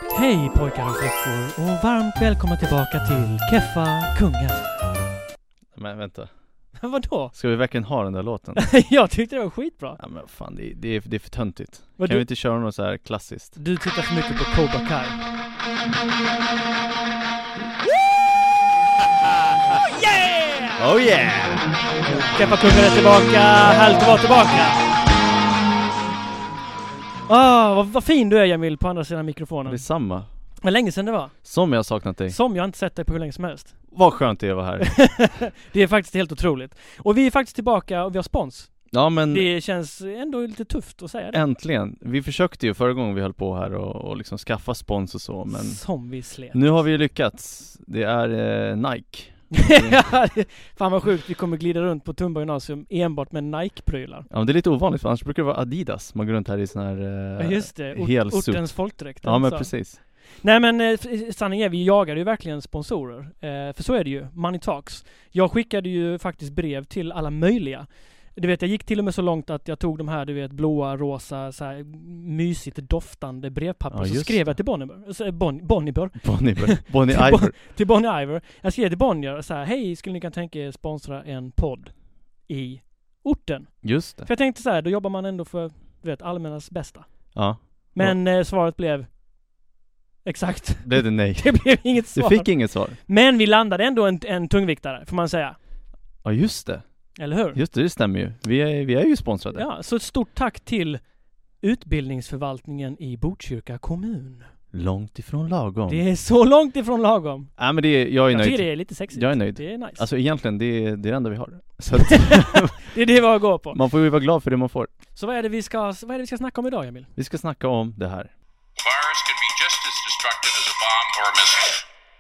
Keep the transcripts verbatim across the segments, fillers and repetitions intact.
Hej pojkar och flickor och varmt välkomna tillbaka till Keffa Kungen. Men vänta. Vadå? Ska vi verkligen ha den där låten? Jag tyckte det var skitbra. Ja men fan, det, det, är, det är för töntigt. Vad kan du... vi inte köra något så här klassiskt? Du tittar för mycket på Cobra Kai. Oh yeah! Oh yeah! Keffa Kungen är tillbaka, härligt att vara tillbaka. Ah, vad, vad fin du är, Jamil, på andra sidan mikrofonen. Det är samma. Vad länge sedan det var. Som jag har saknat dig. Som jag inte sett dig på hur länge som helst. Vad skönt det är att vara här. Det är faktiskt helt otroligt. Och vi är faktiskt tillbaka och vi har spons. Ja men Det känns ändå lite tufft att säga det. äntligen. Vi försökte ju förra gången vi höll på här och, och liksom skaffa spons och så. Men Som vi slet. nu har vi lyckats. Det är eh, Nike. Fan vad sjukt, vi kommer glida runt på Tumba gymnasium enbart med Nike-prylar. Ja men det är lite ovanligt för annars brukar det vara Adidas. Man går runt här i sån här eh, Ja just det, Ort, hel ortens folkdräkt. Ja men så. precis. Nej men eh, sanningen är, vi jagade ju verkligen sponsorer. Eh, för så är det ju, Money Talks. Jag skickade ju faktiskt brev till alla möjliga. Du vet, jag gick till och med så långt att jag tog de här, du vet, blåa, rosa, så här mysigt doftande brevpapper. Ja, så just skrev det. jag till Bonnier, så, bon, Bonnier, Bonnie, Bonnie till, Iver. Bon, till Bonnie Iver. Jag skrev till Bonnier så här: hej, skulle ni kunna tänka er sponsra en podd i orten? Just det. För jag tänkte så här, då jobbar man ändå för, du vet, allmännas bästa. Ja. Men eh, svaret blev exakt. Det är det nej. Det blev inget Du svar. fick inget svar. Men vi landade ändå en, en tungviktare, får man säga. Ja just det. Eller hur? Just det, det stämmer ju. Vi är, vi är ju sponsrade. Ja, så ett stort tack till utbildningsförvaltningen i Botkyrka kommun. Långt ifrån lagom. Det är så långt ifrån lagom. Nej men det är, jag är Jag nöjd. tycker det är lite sexigt. Jag är nöjd. Det är nice. Alltså egentligen, det är det, är det enda vi har. Så att Det är det vi har att gå på. man får ju vara glad för det man får. Så vad är det vi ska, vad är det vi ska snacka om idag, Emil? Vi ska snacka om det här. Virus can be just as destructive as a bomb or a missile.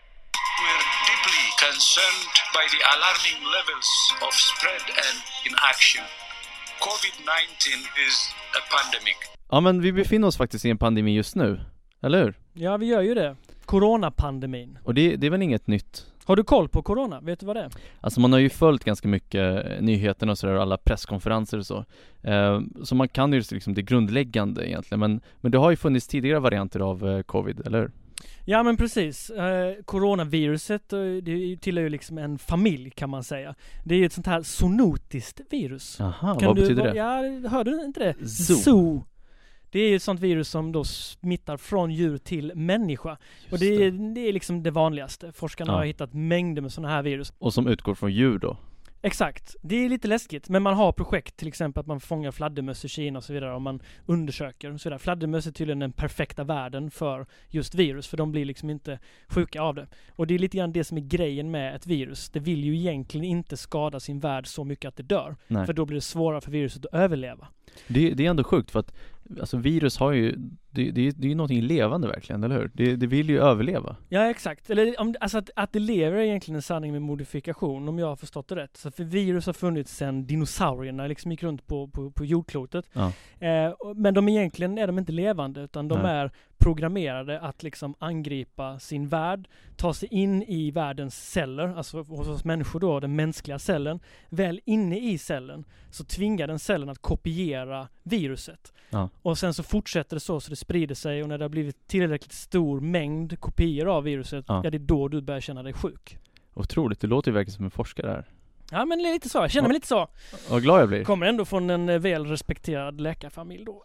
We're deeply concerned by the alarming levels of spread and inaction. covid nineteen is a pandemic. Ja men vi befinner oss faktiskt i en pandemi just nu. Eller hur? Ja, vi gör ju det. Coronapandemin. Och det, det är väl inget nytt. Har du koll på corona? Vet du vad det är? Alltså man har ju följt ganska mycket nyheterna och sådär, alla presskonferenser och så. Eh, så man kan ju liksom det grundläggande egentligen. Men, men det har ju funnits tidigare varianter av eh, covid, eller hur? Ja men precis, eh, coronaviruset, eh, det tillhör ju liksom en familj kan man säga. Det är ju ett sånt här zoonotiskt virus. Aha, Kan vad du, betyder det? Ja, hörde du inte det? Zoo. Zoo. Det är ju ett sånt virus som då smittar från djur till människa. Just och det är, det är liksom det vanligaste. Forskarna Ja. har hittat mängder med sådana här virus. Och som utgår från djur då? Exakt. Det är lite läskigt. Men man har projekt, till exempel att man fångar fladdermöss i Kina och så vidare. Och man undersöker och så vidare. Fladdermöss är tydligen den perfekta världen för just virus. För de blir liksom inte sjuka av det. Och det är lite grann det som är grejen med ett virus. Det vill ju egentligen inte skada sin värld så mycket att det dör. Nej. För då blir det svårare för viruset att överleva. Det, det är ändå sjukt för att alltså virus har ju, det, det, det är ju någonting levande verkligen, eller hur? Det, det vill ju överleva. Ja, exakt. Eller om, alltså att, att det lever är egentligen en sanning med modifikation, om jag har förstått det rätt. Så för virus har funnits sedan dinosaurierna liksom gick runt på, på, på jordklotet. Ja. Eh, och- men de egentligen är de inte levande, utan de Nej. är programmerade att liksom angripa sin värld, ta sig in i världens celler, alltså hos oss människor då, den mänskliga cellen. Väl inne i cellen så tvingar den cellen att kopiera viruset. Ja. Och sen så fortsätter det så, så det sprider sig, och när det har blivit tillräckligt stor mängd kopior av viruset, Ja. ja, det är då du börjar känna dig sjuk. Otroligt, det låter ju verkligen som en forskare här. Ja, men lite så, jag känner mig lite så. Vad glad jag blir. Kommer ändå från en eh, väl respekterad läkarfamilj då.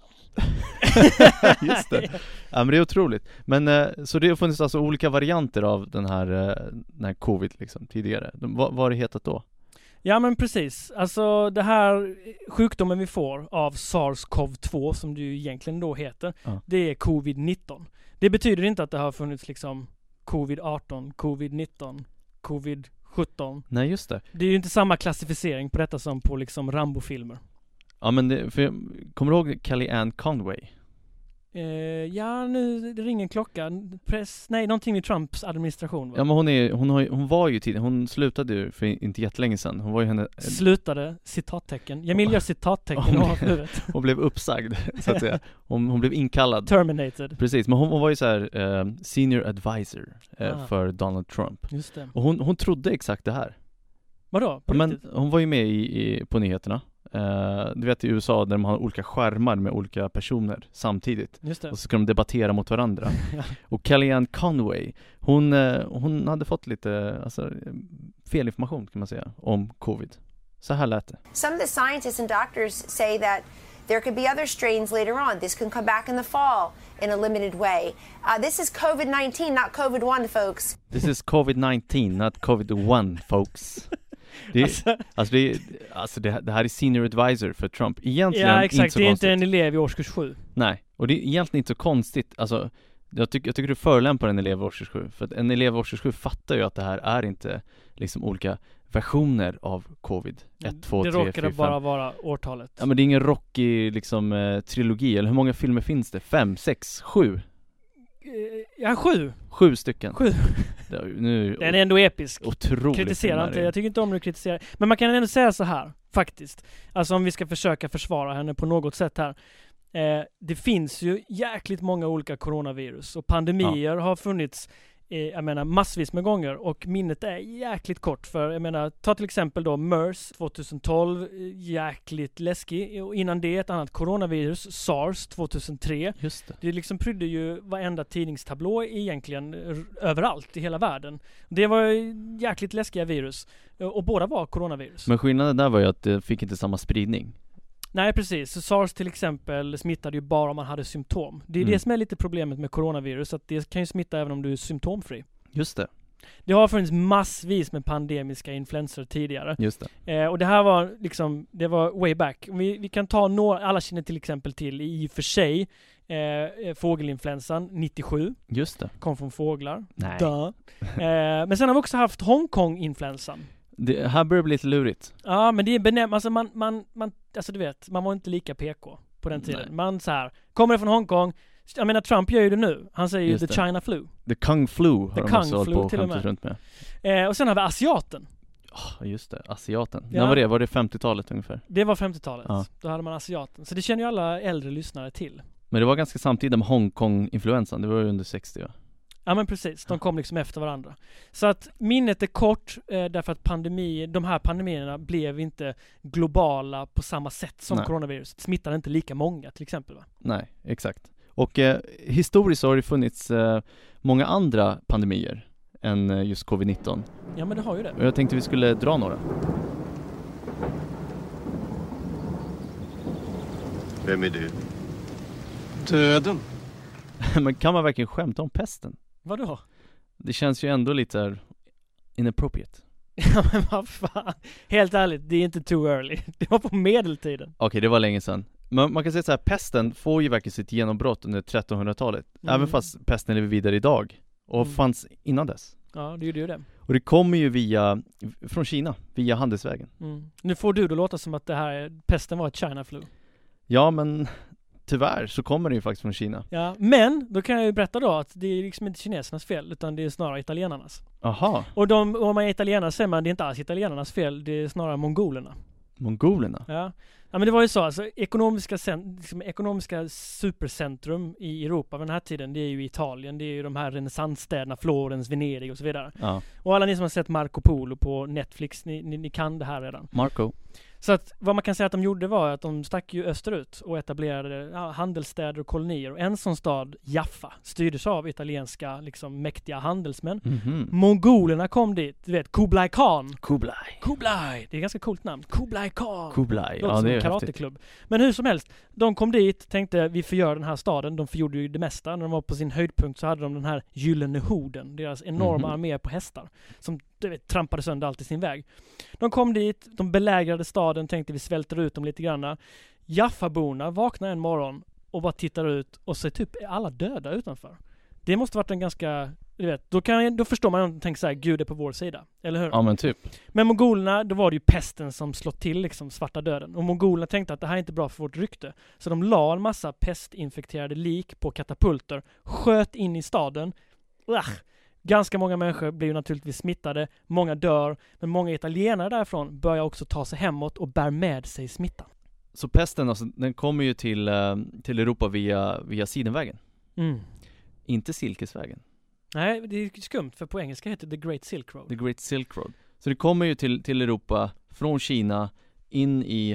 Just det. Ja men det är otroligt. Men eh, så det har funnits alltså olika varianter av den här, eh, den här covid liksom tidigare. De, vad, vad har det hetat då? Ja men precis, alltså det här sjukdomen vi får av SARS-CoV två, som det ju egentligen då heter, Ja. det är covid nitton. Det betyder inte att det har funnits liksom covid arton, covid nitton, covid sjutton. Nej just det. Det är ju inte samma klassificering på detta som på liksom Rambo-filmer. Ja men det, för jag, kommer du ihåg Kellyanne Conway? Eh, ja, nu det ringer en klocka. Press, nej, någonting med Trumps administration, va? Ja men hon är, hon, har, hon var ju tidigare, hon slutade ju för inte jättelänge sedan. Hon var ju henne, Slutade, citattecken. Jag vill göra citattecken Hon- ovanför huvudet. hon blev uppsagd så att säga. Hon, hon blev inkallad. Terminated. Precis, men hon, hon var ju så här eh, senior advisor eh, Ah. för Donald Trump. Just det. Och hon, hon trodde exakt det här. Vadå? På Men riktigt? hon var ju med i, i, på nyheterna Uh, du vet i U S A där de har olika skärmar med olika personer samtidigt. Just det. Och så ska de debattera mot varandra. Ja. Och Kellyanne Conway, hon, uh, hon hade fått lite alltså, fel information kan man säga om covid. Så här lät det. Some of the scientists and doctors say that there could be other strains later on. This can come back in the fall in a limited way. Uh, this is covid nineteen, not covid one, folks. This is covid nineteen, not covid one, folks. Det, alltså, alltså, det, alltså det, det här är senior advisor för Trump. Egentligen ja, exakt. inte så det är konstigt. inte en elev i årskurs sju. Nej, och det är egentligen inte så konstigt. Alltså, jag, tycker, jag tycker du förolämpar en elev i årskurs sju. För att en elev i årskurs sju fattar ju att det här är inte liksom olika versioner av covid. ett, två, tre, fyra, fem. Det råkade bara vara årtalet. Ja, men det är ingen Rocky liksom, eh, trilogi. Eller hur många filmer finns det? Fem, sex, sju? Ja, sju. Sju stycken. Sju. Det, nu, Den är ändå episk. Otroligt. Kritisera inte, jag tycker inte om att kritisera. Men man kan ändå säga så här, faktiskt. Alltså om vi ska försöka försvara henne på något sätt här. Eh, det finns ju jäkligt många olika coronavirus. Och pandemier ja. har funnits eh, jag menar massvis med gånger. Och minnet är jäkligt kort. För jag menar, ta till exempel då MERS tjugotolv, jäkligt läskig. Och innan det ett annat coronavirus, SARS tjugohundratre. Just det. Det liksom prydde ju varenda tidningstablå egentligen r- överallt i hela världen. Det var jäkligt läskiga virus. Och båda var coronavirus. Men skillnaden där var ju att det fick inte samma spridning. Nej, precis. Så SARS till exempel smittade ju bara om man hade symptom. Det är Mm. det som är lite problemet med coronavirus, att det kan ju smitta även om du är symptomfri. Just det. Det har funnits massvis med pandemiska influenser tidigare. Just det. Eh, och det här var liksom, det var way back. Vi, vi kan ta några, alla känner till exempel till i och för sig eh, fågelinfluensan nittiosju. Just det. Kom från fåglar. Nej. Duh. Eh, men sen har vi också haft Hongkong-influensan. Det här börjar bli lite lurigt. Ja, men det är benämnt, alltså man, man, man, alltså du vet, man var inte lika P K på den tiden. Nej. Man så här, kommer det från Hongkong, jag menar Trump gör ju det nu. Han säger ju Just the det. China flu. The Kung Flu har The de Kung också hållit flu på och till och skämtat med. runt med. Eh, och sen har vi asiaten. Oh, just det, asiaten. Ja. När var det? Var det femtiotalet ungefär? Det var femtiotalet. Ja. Då hade man asiaten. Så det känner ju alla äldre lyssnare till. Men det var ganska samtidigt med Hongkong-influensan. Det var ju under sextio, va? Ja, men precis. De kom liksom efter varandra. Så att minnet är kort eh, därför att pandemi, de här pandemierna blev inte globala på samma sätt som Nej. coronaviruset. Smittade inte lika många till exempel, va? Nej, exakt. Och eh, historiskt så har det funnits eh, många andra pandemier än eh, just covid nitton. Ja, men det har ju det. Och jag tänkte vi skulle dra några. Vem är du? Döden. Men kan man verkligen skämta om pesten? Vadå? Det känns ju ändå lite här inappropriate. Ja, men vad fan. Helt ärligt, det är inte too early. Det var på medeltiden. Okej, det var länge sedan. Men man kan säga så här, pesten får ju verkligen sitt genombrott under trettonhundratalet. Mm. Även fast pesten lever vidare idag. Och Mm. fanns innan dess. Ja, det gjorde ju det. Och det kommer ju via, från Kina, via handelsvägen. Mm. Nu får du det låta som att det här pesten var ett China flu. Ja, men tyvärr så kommer det ju faktiskt från Kina. Ja, men då kan jag ju berätta då att det är liksom inte kinesernas fel, utan det är snarare italienarnas. Aha, Och de, om man är italienare säger man det är inte alls italienarnas fel, det är snarare mongolerna. mongolerna. Ja. Ja, men det var ju så, alltså ekonomiska, cent- liksom, ekonomiska supercentrum i Europa vid den här tiden, det är ju Italien, det är ju de här renässansstäderna, Florens, Venedig och så vidare. Ja, Och alla ni som har sett Marco Polo på Netflix, ni, ni, ni kan det här redan. Marco. Så att vad man kan säga att de gjorde var att de stack ju österut och etablerade ja, handelsstäder och kolonier. Och en sån stad, Jaffa, styrdes av italienska liksom mäktiga handelsmän. Mhm. Mongolerna kom dit, du vet, Kublai Khan. Kublai. Kublai! Det är ett ganska coolt namn. Kublai Khan! Kublai, Låter ja som det en är häftigt. karateklubb. Men hur som helst, de kom dit, tänkte vi förgör den här staden. De förgjorde ju det mesta. När de var på sin höjdpunkt så hade de den här gyllene hoden, deras enorma Mhm. armé på hästar, som du vet, trampade sönder allt i sin väg. De kom dit, de belägrade staden, tänkte vi svälter ut dem lite granna. Jaffaborna vaknar en morgon och bara tittar ut och så är typ alla döda utanför. Det måste varit en ganska, du vet, då, kan, då förstår man att de tänker så här, Gud är på vår sida, eller hur? Ja men typ. Men mongolerna, då var det ju pesten som slått till liksom svarta döden. Och mongolerna tänkte att det här är inte bra för vårt rykte. Så de la en massa pestinfekterade lik på katapulter, sköt in i staden. Ugh. Ganska många människor blir ju naturligtvis smittade, många dör, men många italienare därifrån börjar också ta sig hemåt och bär med sig smittan. Så pesten alltså, den kommer ju till, eh, till Europa via, via Sidenvägen. Mm. Inte Silkesvägen. Nej, det är skumt, för på engelska heter det The Great Silk Road. The Great Silk Road. Så det kommer ju till, till Europa från Kina in i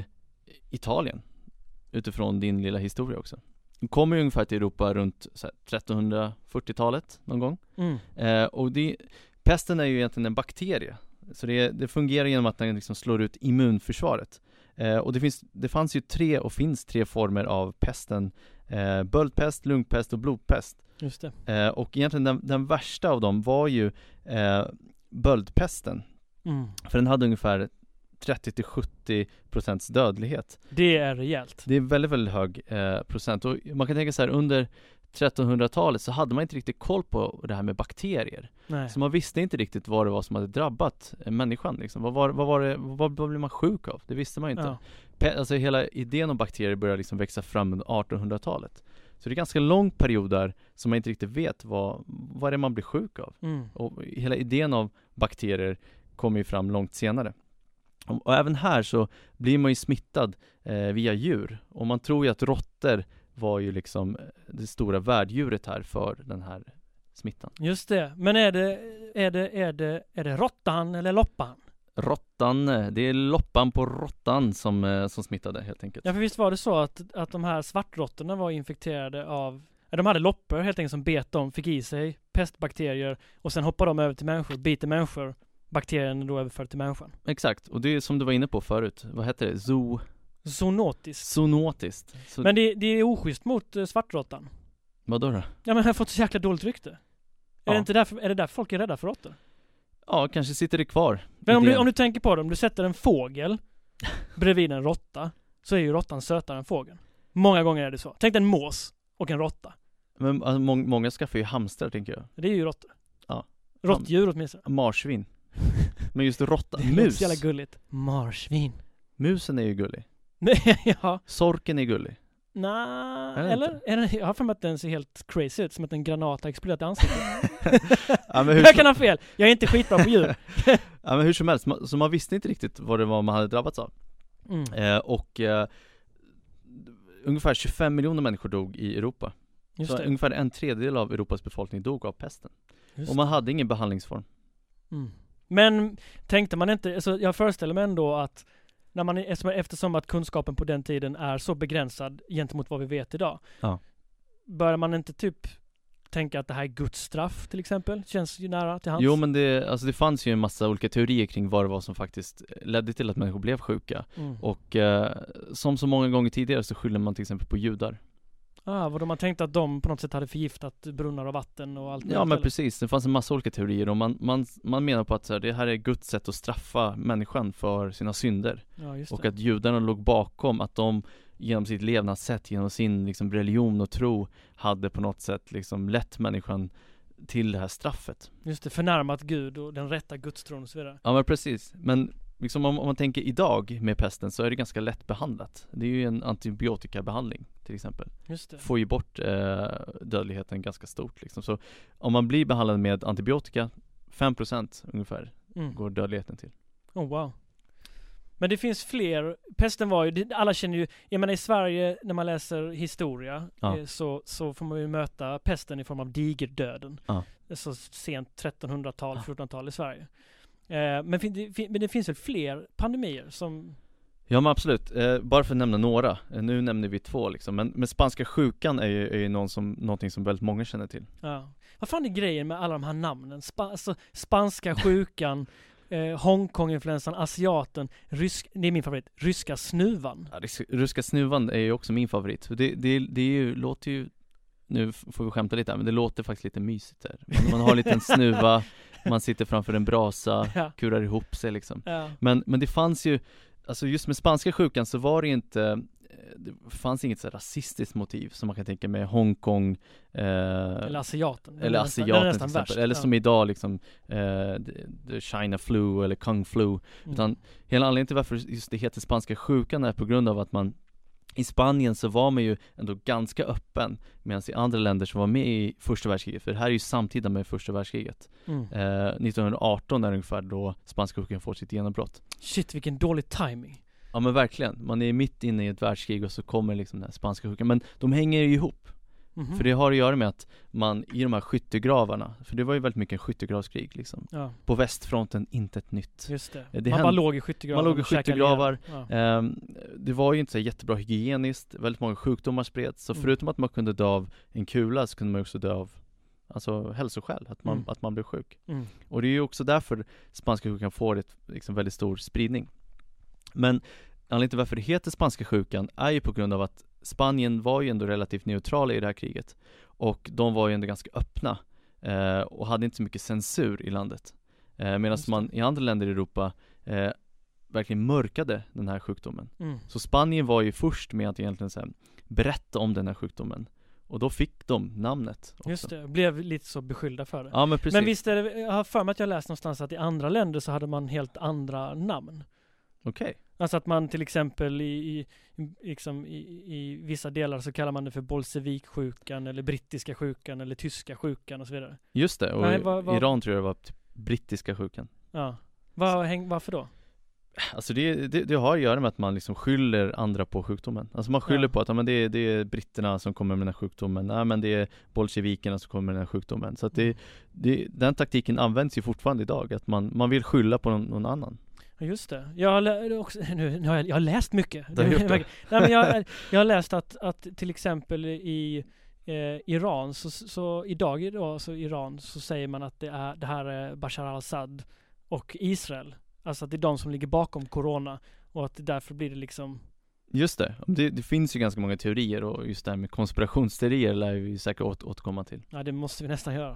Italien. Utifrån din lilla historia också. Den kommer ju ungefär till Europa runt så här, trettonhundrafyrtiotalet någon gång. Mm. Eh, och det, pesten är ju egentligen en bakterie. Så det, det fungerar genom att den liksom slår ut immunförsvaret. Eh, och det, finns, det fanns ju tre och finns tre former av pesten. Eh, böldpest, lungpest och blodpest. Just det. Eh, och egentligen den, den värsta av dem var ju eh, böldpesten. Mm. För den hade ungefär trettio till sjuttio procents dödlighet. Det är rejält. Det är väldigt, väldigt hög eh, procent. Och man kan tänka så här, under trettonhundratalet så hade man inte riktigt koll på det här med bakterier. Nej. Så man visste inte riktigt vad det var som hade drabbat eh, människan. Liksom. Vad, var, vad, var det, vad, vad blev man sjuk av? Det visste man inte. Ja. Pe- alltså hela idén om bakterier började liksom växa fram under artonhundratalet. Så det är en ganska lång period där som man inte riktigt vet vad, vad det är man blir sjuk av. Mm. Och hela idén av bakterier kommer ju fram långt senare. Och, och även här så blir man ju smittad eh, via djur. Och man tror ju att råttor var ju liksom det stora värddjuret här för den här smittan. Just det. Men är det, är det, är det, är det råttan eller loppan? Råttan, det är loppan på råttan som, eh, som smittade helt enkelt. Ja, för visst var det så att, att de här svartråttorna var infekterade av, ja, de hade loppor helt enkelt som bet dem, fick i sig pestbakterier och sen hoppar de över till människor, biter människor. Bakterien då överför till människan. Exakt, och det är som du var inne på förut. Vad heter det? Zoo... Zoonotiskt. Zoonotiskt. Så... Men det, det är oschysst mot uh, svartråttan. Vadå då? Ja, men jag har fått så jäkla dåligt rykte. Ja. Är det inte därför, är det därför folk är rädda för råttor? Ja, kanske sitter det kvar. Men om du, om du tänker på det, om du sätter en fågel bredvid en råtta, så är ju råttan sötare än fågeln. Många gånger är det så. Tänk dig en mås och en råtta. Men alltså, må- många skaffar ju hamstrar, tänker jag. Det är ju råttor. Ja. Råttdjur åtminstone. Marsvin. Men just råtta. Det är Mus. så jävla gulligt. Marsvin. Musen är ju gullig. Nej, ja. Sorken är gullig. Nej, Är det eller? inte? Är det, jag har för mig att den ser helt crazy ut, som att en granat har exploderat i ansiktet. Ja, men hur, Jag kan ha fel. Jag är inte skitbra på djur. ja, men hur som helst, ma- så man visste inte riktigt vad det var man hade drabbats av. Mm. Eh, och eh, ungefär tjugofem miljoner människor dog i Europa. Just Så det. ungefär en tredjedel av Europas befolkning dog av pesten. Just Och man hade ingen behandlingsform. Mm. Men tänkte man inte, alltså jag föreställer mig ändå att när man, eftersom att kunskapen på den tiden är så begränsad gentemot vad vi vet idag, Ja. börjar man inte typ tänka att det här är Guds straff till exempel? Känns ju nära till hands. Jo, men det, alltså det fanns ju en massa olika teorier kring vad det var som faktiskt ledde till att människor blev sjuka. Mm. Och eh, som så många gånger tidigare så skyller man till exempel på judar. Ah, vad de har tänkt att de på något sätt hade förgiftat brunnar och vatten och allt Ja, möjligt, men eller? precis. Det fanns en massa olika teorier och man, man, man menar på att så här, det här är Guds sätt att straffa människan för sina synder. Ja, just Och det. att judarna låg bakom, att de genom sitt levnadssätt, genom sin liksom, religion och tro hade på något sätt liksom, lett människan till det här straffet. Just det, förnärmat Gud och den rätta gudstron och så vidare. Ja, men precis. Men liksom, om, om man tänker idag med pesten så är det ganska lätt behandlat. Det är ju en antibiotikabehandling till exempel. Just det. Får ju bort eh, dödligheten ganska stort liksom. Så om man blir behandlad med antibiotika, fem procent ungefär Mm. går dödligheten till. Oh wow. Men det finns fler. Pesten var ju, det- alla känner ju, jag menar i Sverige när man läser historia Ja. eh, så, så får man ju möta pesten i form av digerdöden. Ja. Så sent trettonhundratal, Ja. fjortonhundratal i Sverige. Eh, men, fin, det, fin, men det finns väl fler pandemier som... Ja, men absolut. Eh, bara för att nämna några. Eh, nu nämner vi två liksom. Men, men spanska sjukan är ju, är ju någon som, någonting som väldigt många känner till. Ja. Vad fan är grejen med alla de här namnen? Spa, alltså, spanska sjukan, eh, Hongkong-influensan, asiaten, rysk, det är min favorit, ryska snuvan. Ja, rys- ryska snuvan är ju också min favorit. För det, det, det är ju, låter ju, nu f- får vi skämta lite här, men det låter faktiskt lite mysigt där. Man, man har en liten snuva, man sitter framför en brasa, Ja. kurar ihop sig liksom. Ja. Men, men det fanns ju, alltså just med spanska sjukan så var det inte, det fanns inget så här rasistiskt motiv som man kan tänka med Hongkong eh, Eller asiaten. Den eller är nästan- asiaten den är till nästan exempel, värst. eller Ja. som idag liksom eh, the, the China flu eller Kung flu. Mm. Utan hela anledningen till varför just det heter spanska sjukan är på grund av att man i Spanien så var man ju ändå ganska öppen, medan i andra länder som var med i första världskriget, för det här är ju samtida med första världskriget. Mm. Eh, nittonhundraarton är ungefär då spanska sjukan får sitt genombrott. Shit, vilken dålig timing. Ja, men verkligen, man är mitt inne i ett världskrig och så kommer liksom den här spanska sjukan, men de hänger ju ihop. Mm-hmm. För det har att göra med att man i de här skyttegravarna, för det var ju väldigt mycket skyttegravskrig liksom. Ja. På västfronten, inte ett nytt. Just det. det man händ... bara låg i skyttegravar. Man låg i skyttegravar. Ja. Um, det var ju inte så jättebra hygieniskt. Väldigt många sjukdomar spreds. Så Mm. förutom att man kunde dö av en kula så kunde man också dö av alltså hälsoskäl, att man, Mm. att man blev sjuk. Mm. Och det är ju också därför spanska sjukan får ett liksom väldigt stor spridning. Men anledningen till varför det heter spanska sjukan är ju på grund av att Spanien var ju ändå relativt neutrala i det här kriget. Och de var ju ändå ganska öppna eh, och hade inte så mycket censur i landet. Eh, Medan man i andra länder i Europa eh, verkligen mörkade den här sjukdomen. Mm. Så Spanien var ju först med att egentligen så här, berätta om den här sjukdomen. Och då fick de namnet också. Just det, blev lite så beskyllda för det. Ja, men precis. Men visst är det, jag har för mig att jag läst någonstans att i andra länder så hade man helt andra namn. Okej. Okay. Alltså att man till exempel i, i, liksom i, i vissa delar så kallar man det för bolsjeviksjukan eller brittiska sjukan eller tyska sjukan och så vidare. Just det, och Nej, i vad, vad... Iran tror jag det var typ brittiska sjukan. Ja. Var, häng, varför då? Alltså det, det, det har att göra med att man liksom skyller andra på sjukdomen. Alltså man skyller Ja. på att ja, men det, är, det är britterna som kommer med den här sjukdomen. Nej, men det är bolsjevikerna som kommer med den här sjukdomen. Så att det, det, den taktiken används ju fortfarande idag. Att man, man vill skylla på någon, någon annan. Ja, just det. Jag har, lä- också, nu, nu har jag, jag har läst mycket. Du har gjort det. Nej, men jag, jag har läst att, att till exempel i eh, Iran så, så idag idag så Iran så säger man att det är det här är Bashar al-Assad och Israel. Alltså att det är de som ligger bakom corona och att därför blir det liksom. Just det. det. Det finns ju ganska många teorier och just det här med konspirationsteorier lär vi säkert åter, återkomma till. Ja, det måste vi nästan göra.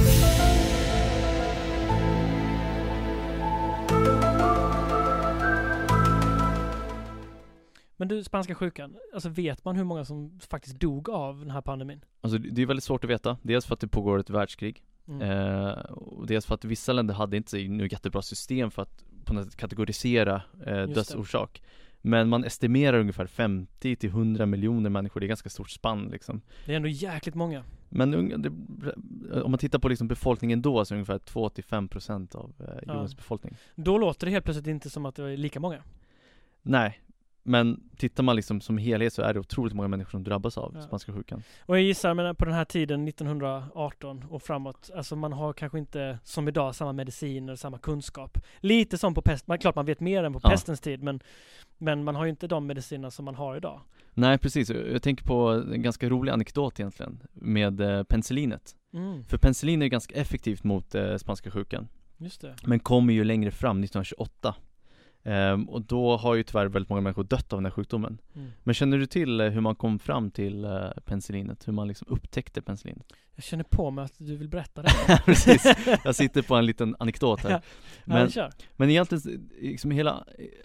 Men du, spanska sjukan, alltså vet man hur många som faktiskt dog av den här pandemin? Alltså det är väldigt svårt att veta. Dels för att det pågår ett världskrig. Mm. Eh, och dels för att vissa länder hade inte nu jättebra system för att på något sätt kategorisera eh, dödsorsak. Men man estimerar ungefär femtio till hundra miljoner människor. Det är ganska stort spann liksom. Det är ändå jäkligt många. Men det, om man tittar på liksom befolkningen då så är ungefär två till fem procent av eh, jordens Ja. befolkning. Då låter det helt plötsligt inte som att det var lika många. Nej. Men tittar man liksom som helhet så är det otroligt många människor som drabbas av Ja. spanska sjukan. Och jag gissar men på den här tiden nittonhundraarton och framåt, alltså man har kanske inte som idag samma mediciner, samma kunskap. Lite som på pest, man klart man vet mer än på Ja. pestens tid, men men man har ju inte de mediciner som man har idag. Nej, precis. Jag tänker på en ganska rolig anekdot egentligen med eh, penicillinet. Mm. För penicillin är ganska effektivt mot eh, spanska sjukan. Just det. Men kommer ju längre fram, nittonhundratjugoåtta. Um, och då har ju tyvärr väldigt många människor dött av den här sjukdomen. Mm. Men känner du till uh, hur man kom fram till uh, penicillinet? Hur man liksom upptäckte penicillinet? Jag känner på mig att du vill berätta det. Precis, jag sitter på en liten anekdot här. Ja. Men, ja, kör. men egentligen liksom hela...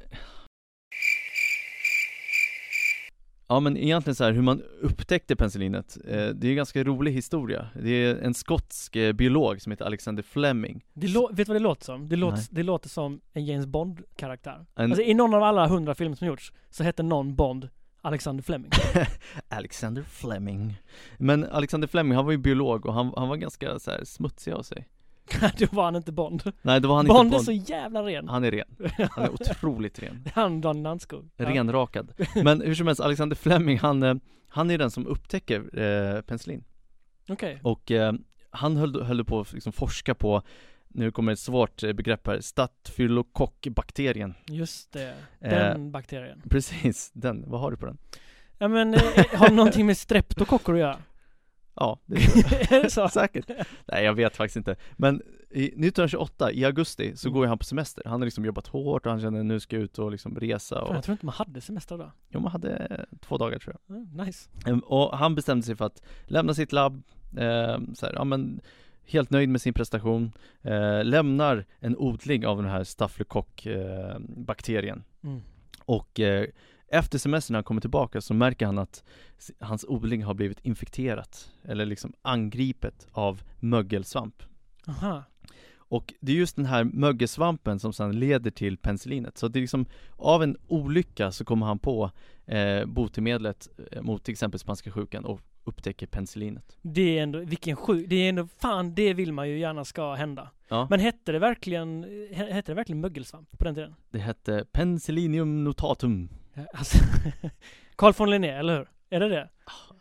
Ja, men egentligen så här, hur man upptäckte penicillinet, eh, det är en ganska rolig historia. Det är en skotsk eh, biolog som heter Alexander Fleming. Det lå- vet du vad det låter som? Det låter, Nej. det låter som en James Bond-karaktär. En- Alltså i någon av alla hundra filmer som gjorts så heter någon Bond Alexander Fleming. Alexander Fleming. Men Alexander Fleming, han var ju biolog och han, han var ganska så här smutsig av sig. Då var han inte Bond. Nej, då var han Bond inte är Bond. så jävla ren. Han är ren. Han är otroligt ren. Det är han, Dan Nannskog. Ja. Renrakad. Men hur som helst, Alexander Fleming, han, eh, han är den som upptäcker eh, penicillin. Okej. Och eh, han höll, höll på att liksom forska på, nu kommer ett svårt eh, begrepp här, stafylokockbakterien. Just det. Eh, Den bakterien. Precis, den. Vad har du på den? Ja men, eh, har det någonting med streptokocker att göra? Ja, det Är det så? säkert. Nej, jag vet faktiskt inte. Men i nittonhundratjugoåtta, i augusti, så Mm. går han på semester. Han har liksom jobbat hårt och han känner nu ska jag ut och liksom resa. Och... Fan, jag tror inte man hade semester då. Jo, man hade eh, två dagar tror jag. Ja, nice. Ehm, Och han bestämde sig för att lämna sitt labb, eh, så här, ja, men helt nöjd med sin prestation, eh, lämnar en odling av den här stafylokock-bakterien. Mm. Och eh, efter semestern när han kommer tillbaka så märker han att s- hans odling har blivit infekterat, eller liksom angripet av mögelsvamp. Aha. Och det är just den här mögelsvampen som sedan leder till penicillinet. Så det är liksom, av en olycka så kommer han på eh, botemedlet eh, mot till exempel spanska sjukan och upptäcker penicillinet. Det är ändå, vilken sjuk, det är ändå, fan det vill man ju gärna ska hända. Ja. Men hette det verkligen, he- hette det verkligen mögelsvamp på den tiden? Det hette Penicillium notatum. Alltså, Carl von Linné, eller hur? Är det det?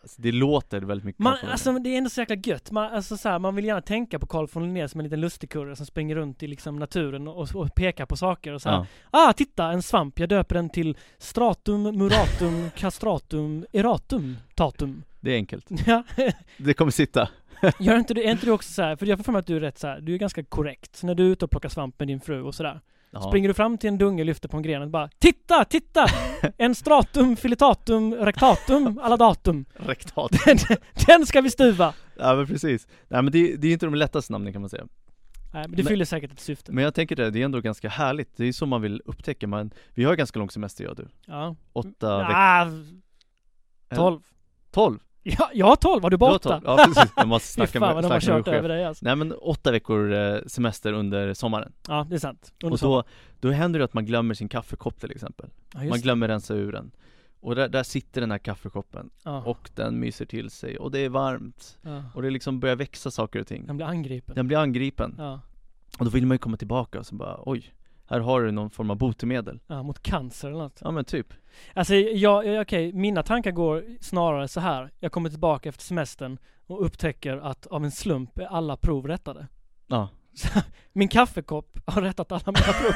Alltså, det låter väldigt mycket. Man, alltså, det är ändå så jäkla gött. Man, alltså, så här, man vill gärna tänka på Carl von Linné som en liten lustigkurre som springer runt i liksom, naturen och, och pekar på saker. Och så här, ja. Ah, titta, en svamp. Jag döper den till stratum, muratum, castratum, eratum, tatum. Det är enkelt. Ja. Det kommer sitta. Gör inte du, är inte du också så här, för jag får för mig att du är rätt så här, du är ganska korrekt. Så när du är ute och plockar svamp med din fru och sådär. Ja. Springer du fram till en dunge, lyfter på en gren och bara titta, titta! En stratum, filetatum, rektatum, alla datum. Rektatum. Den, den ska vi stuva. Ja, men precis. Nej, men det, det är inte de lättaste namnen kan man säga. Nej, men det fyller säkert ett syfte. Men jag tänker det, det är ändå ganska härligt. Det är så man vill upptäcka. Man, vi har ganska lång semester, jag du. Ja. Åtta ja, veckor. Tolv. Tolv? Ja, jag har tolv, var du bara åtta? Ja, precis. Jag måste snacka med, fan, vad de har kört över dig, alltså. Nej, men åtta veckor eh, semester under sommaren. Ja, det är sant. Under och då, då händer det att man glömmer sin kaffekopp till exempel. Ja, man glömmer rensa ur den. Och där, där sitter den här kaffekoppen. Ja. Och den myser till sig. Och det är varmt. Ja. Och det liksom börjar växa saker och ting. Den blir angripen. Den blir angripen. Ja. Och då vill man ju komma tillbaka och så bara, oj, här har du någon form av botemedel. Ja, mot cancer eller något. Ja, men typ. Alltså, jag, jag, okej, mina tankar går snarare så här. Jag kommer tillbaka efter semestern och upptäcker att av en slump är alla prov rättade. Ja. Så, min kaffekopp har rättat alla mina prov.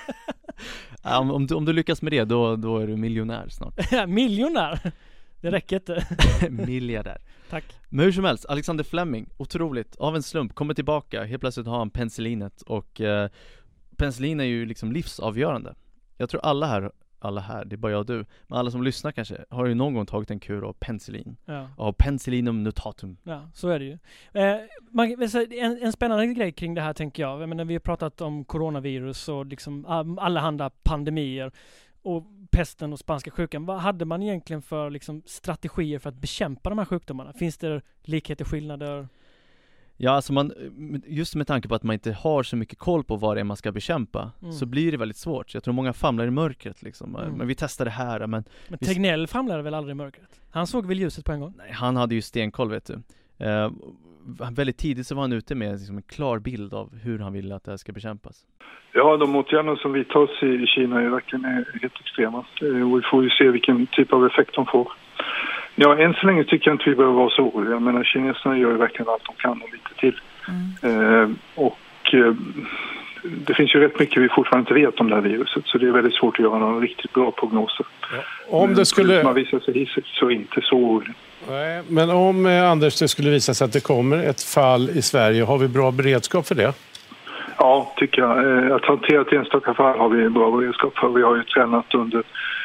Ja, om, om, du, om du lyckas med det, då, då är du miljonär snart. Ja, miljonär? Det räcker inte. Miljardär. Tack. Men hur som helst, Alexander Fleming, otroligt, av en slump, kommer tillbaka. Helt plötsligt har han penicillinet. Och eh, penicillin är ju liksom livsavgörande. Jag tror alla här, alla här, det är bara jag och du, men alla som lyssnar kanske har ju någon gång tagit en kur av penicillin. Ja. Av penicillinum notatum. Ja, så är det ju. Eh, man, en, en spännande grej kring det här tänker jag. Jag menar, vi har pratat om coronavirus och liksom alla andra pandemier och pesten och spanska sjukan. Vad hade man egentligen för liksom, strategier för att bekämpa de här sjukdomarna? Finns det likheter, skillnader? Ja, alltså man, just med tanke på att man inte har så mycket koll på vad det är man ska bekämpa, mm. så blir det väldigt svårt. Jag tror många famlar i mörkret liksom. Mm. Men vi testade det här, men... Men Tegnell famlade väl aldrig i mörkret? Han såg väl ljuset på en gång? Nej, han hade ju stenkoll, vet du. Eh, väldigt tidigt så var han ute med liksom, en klar bild av hur han ville att det här ska bekämpas. Ja, de åtgärder som vi tas i Kina är verkligen helt extrema. Och vi får ju se vilken typ av effekt de får. Ja, än så länge tycker jag inte vi behöver vara så oroliga. Jag menar, kineserna gör ju verkligen allt de kan och lite till. Mm. Eh, och eh, det finns ju rätt mycket vi fortfarande inte vet om det här viruset. Så det är väldigt svårt att göra några riktigt bra prognoser. Ja. Om det skulle... man visar sig hissigt så inte så orolig. Nej, men om, eh, Anders, det skulle visa sig att det kommer ett fall i Sverige, har vi bra beredskap för det? Ja, tycker jag. Eh, att hantera ett enstaka fall har vi bra beredskap för. Vi har ju tränat under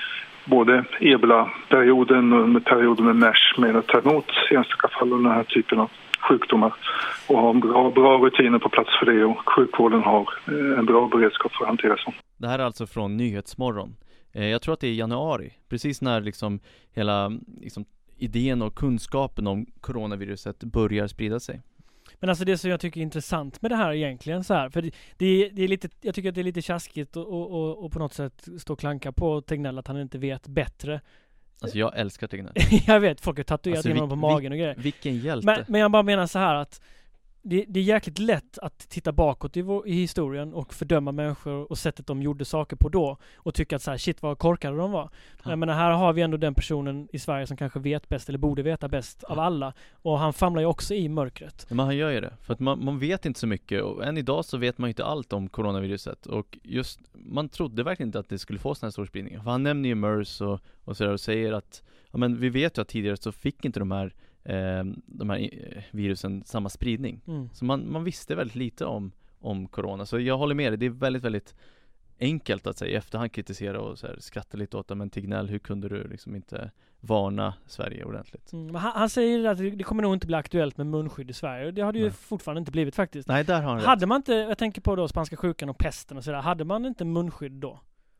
både ebola-perioden och med perioden med MERS med att ta emot enstaka fall och den här typen av sjukdomar och ha bra, bra rutiner på plats för det, och sjukvården har en bra beredskap för att hantera sånt. Det här är alltså från Nyhetsmorgon. Jag tror att det är i januari, precis när liksom hela liksom, idén och kunskapen om coronaviruset börjar sprida sig. Men alltså det som jag tycker är intressant med det här egentligen så här, för det, det, det är lite, jag tycker att det är lite tjaskigt och, och, och, och på något sätt stå och klanka på Tegnell att han inte vet bättre. Alltså jag älskar Tegnell. Jag vet, folk har tatuerat alltså, in honom på magen vi, och grejer. Vilken hjälte. Men, men jag bara menar så här att det, det är jäkligt lätt att titta bakåt i, vår, i historien och fördöma människor och sättet de gjorde saker på då och tycka att så här, shit vad korkade de var. Ja. Jag menar, här har vi ändå den personen i Sverige som kanske vet bäst eller borde veta bäst ja. av alla, och han famlar ju också i mörkret. Men han gör ju det, för att man, man vet inte så mycket, och än idag så vet man ju inte allt om coronaviruset, och just man trodde verkligen inte att det skulle få sån här stor spridning, för han nämner ju MERS och, och, så där, och säger att ja, men vi vet ju att tidigare så fick inte de här Eh, de här virusen samma spridning. Mm. Så man, man visste väldigt lite om, om corona. Så jag håller med dig, det är väldigt, väldigt enkelt att säga i efterhand kritisera och så här, skratta lite åt det. Men Tegnell, hur kunde du liksom inte varna Sverige ordentligt? Mm, han, han säger att det kommer nog inte bli aktuellt med munskydd i Sverige. Det hade ju Nej. fortfarande inte blivit faktiskt. Nej, där har han Hade rätt. man inte, jag tänker på då spanska sjukan och pesten och sådär, hade man inte munskydd då?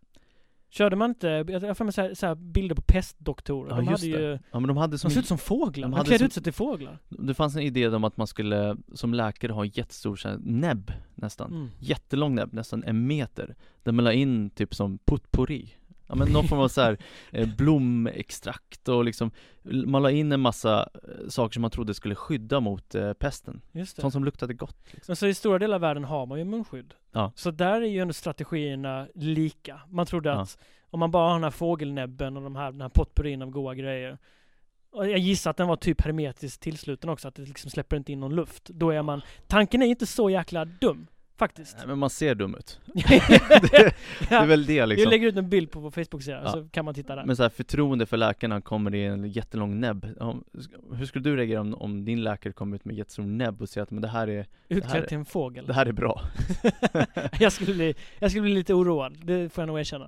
Körde man inte, jag får med så här, så här bilder på pestdoktorer. Ja, de just hade det. ju, ja, men de hade som de såg ut som fåglar. De, de klädde som, ut sig till fåglar. Det fanns en idé om att man skulle som läkare ha en jättestor så här, näbb nästan. Mm. Jättelång näbb, nästan en meter. Där man la in typ som potpourri. Ja, men någon form av så här eh, blomextrakt och liksom man la in en massa eh, saker som man trodde skulle skydda mot eh, pesten. Just det. Sånt som luktade gott. Liksom. Men så i stora delar av världen har man ju munskydd. Ja. Så där är ju ändå strategierna lika. Man trodde ja. att om man bara har den här fågelnäbben och de här, den här potpurrin av goda grejer, Och jag gissar att den var typ hermetiskt tillsluten också, att det liksom släpper inte in någon luft. Då är man, tanken är inte så jäkla dum. Faktiskt. Nej, men man ser dum ut. det, det är väl det liksom. Vi lägger ut en bild på vår Facebook-sida ja. Så kan man titta där. Men så här, förtroende för läkarna kommer i en jättelång näbb. Hur skulle du reagera om, om din läkare kommer ut med jättestor näbb och säger att men det här är utklädd till en fågel. Det här är bra. jag skulle bli jag skulle bli lite oroad. Det får jag nog erkänna.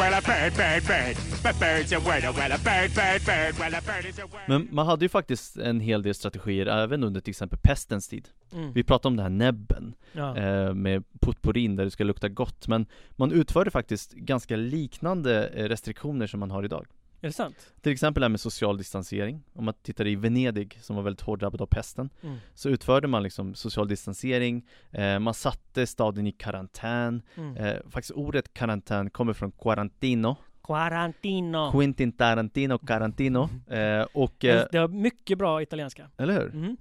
Men man hade ju faktiskt en hel del strategier även under till exempel pestens tid. Mm. Vi pratade om det här näbben. Ja. Eh, med potpourrin där det ska lukta gott. Men man utförde faktiskt ganska liknande restriktioner som man har idag. Är det sant? Till exempel det här med social distansering. Om man tittar i Venedig som var väldigt hårt drabbad av pesten mm. så utförde man liksom social distansering. Eh, man satte staden i karantän. Mm. Eh, faktiskt ordet karantän kommer från quarantino. Quarantino. Quentin Tarantino, Carantino. Eh, och, eh, det var mycket bra italienska. Eller hur? Mm.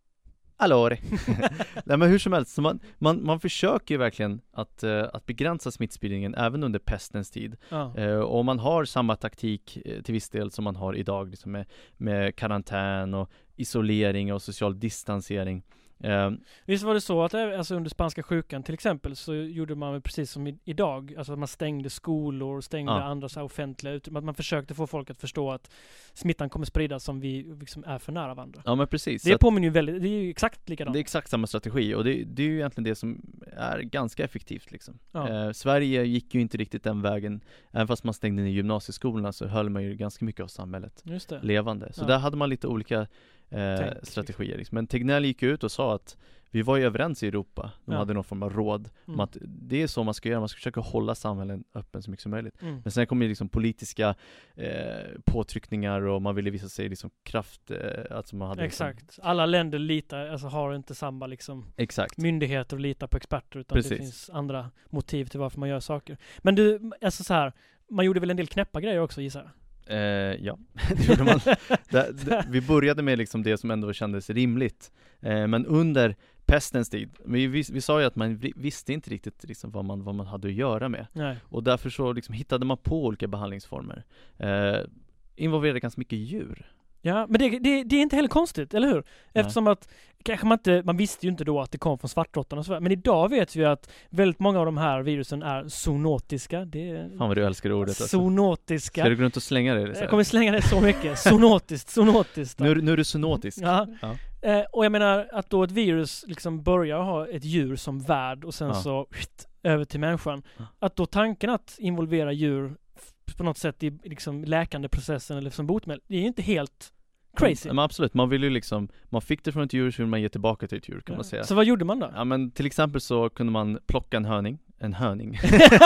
Allora. Nej, men hur som helst, så man, man, man försöker ju verkligen att, uh, att begränsa smittspridningen även under pestens tid. Ja. Uh, och man har samma taktik uh, till viss del som man har idag liksom med, med karantän och isolering och social distansering. Uh, Visst var det så att alltså under spanska sjukan till exempel så gjorde man precis som i, idag, alltså att man stängde skolor, stängde ja. andra så här offentliga, att man försökte få folk att förstå att smittan kommer spridas som vi liksom är för nära varandra. Ja, men precis. Det påminner ju väldigt, det är ju exakt likadant. Det är exakt samma strategi och det, det är ju egentligen det som är ganska effektivt liksom. Ja. Eh, Sverige gick ju inte riktigt den vägen, även fast man stängde ner gymnasieskolorna så höll man ju ganska mycket av samhället Just det. levande. Så ja. där hade man lite olika Eh, Tänk, strategier. Liksom. Men Tegnell gick ut och sa att vi var ju överens i Europa. De ja. hade någon form av råd mm. om att det är så man ska göra. Man ska försöka hålla samhällen öppen så mycket som möjligt. Mm. Men sen kom ju liksom politiska eh, påtryckningar och man ville visa sig liksom kraft. Eh, alltså man hade Exakt. Liksom... Alla länder litar, alltså har inte samma liksom Exakt. myndigheter och litar på experter utan Precis. det finns andra motiv till varför man gör saker. Men du, alltså så här, man gjorde väl en del knäppa grejer också, gissar jag? Eh, ja, det gjorde man. det, det, vi började med liksom det som ändå kändes rimligt. Eh, men under pestens tid, vi, vi, vi sa ju att man visste inte riktigt liksom vad, man, vad man hade att göra med. Nej. Och därför så liksom hittade man på olika behandlingsformer. Eh, involverade ganska mycket djur. Ja, men det, det, det är inte heller konstigt, eller hur? Eftersom Nej. att kanske man inte, man visste ju inte då att det kom från svartråttorna och så, men idag vet vi att väldigt många av de här virusen är zoonotiska. Det är Fan vad du älskar ordet alltså. Zoonotiska. Ska du gå runt och slänga det? Jag kommer slänga det så mycket. Zoonotiskt, zoonotiskt. Nu, nu är du zoonotisk. Ja. ja. Eh, och jag menar att då ett virus liksom börjar ha ett djur som värd och sen ja. så skit, över till människan. Ja. Att då tanken att involvera djur på något sätt i liksom läkande processen eller som botemedel, det är ju inte helt crazy. Men absolut, man vill ju liksom, man fick det från ett djur så vill man ge tillbaka till ett djur kan ja. man säga. Så vad gjorde man då? Ja men till exempel så kunde man plocka en höning, en höning.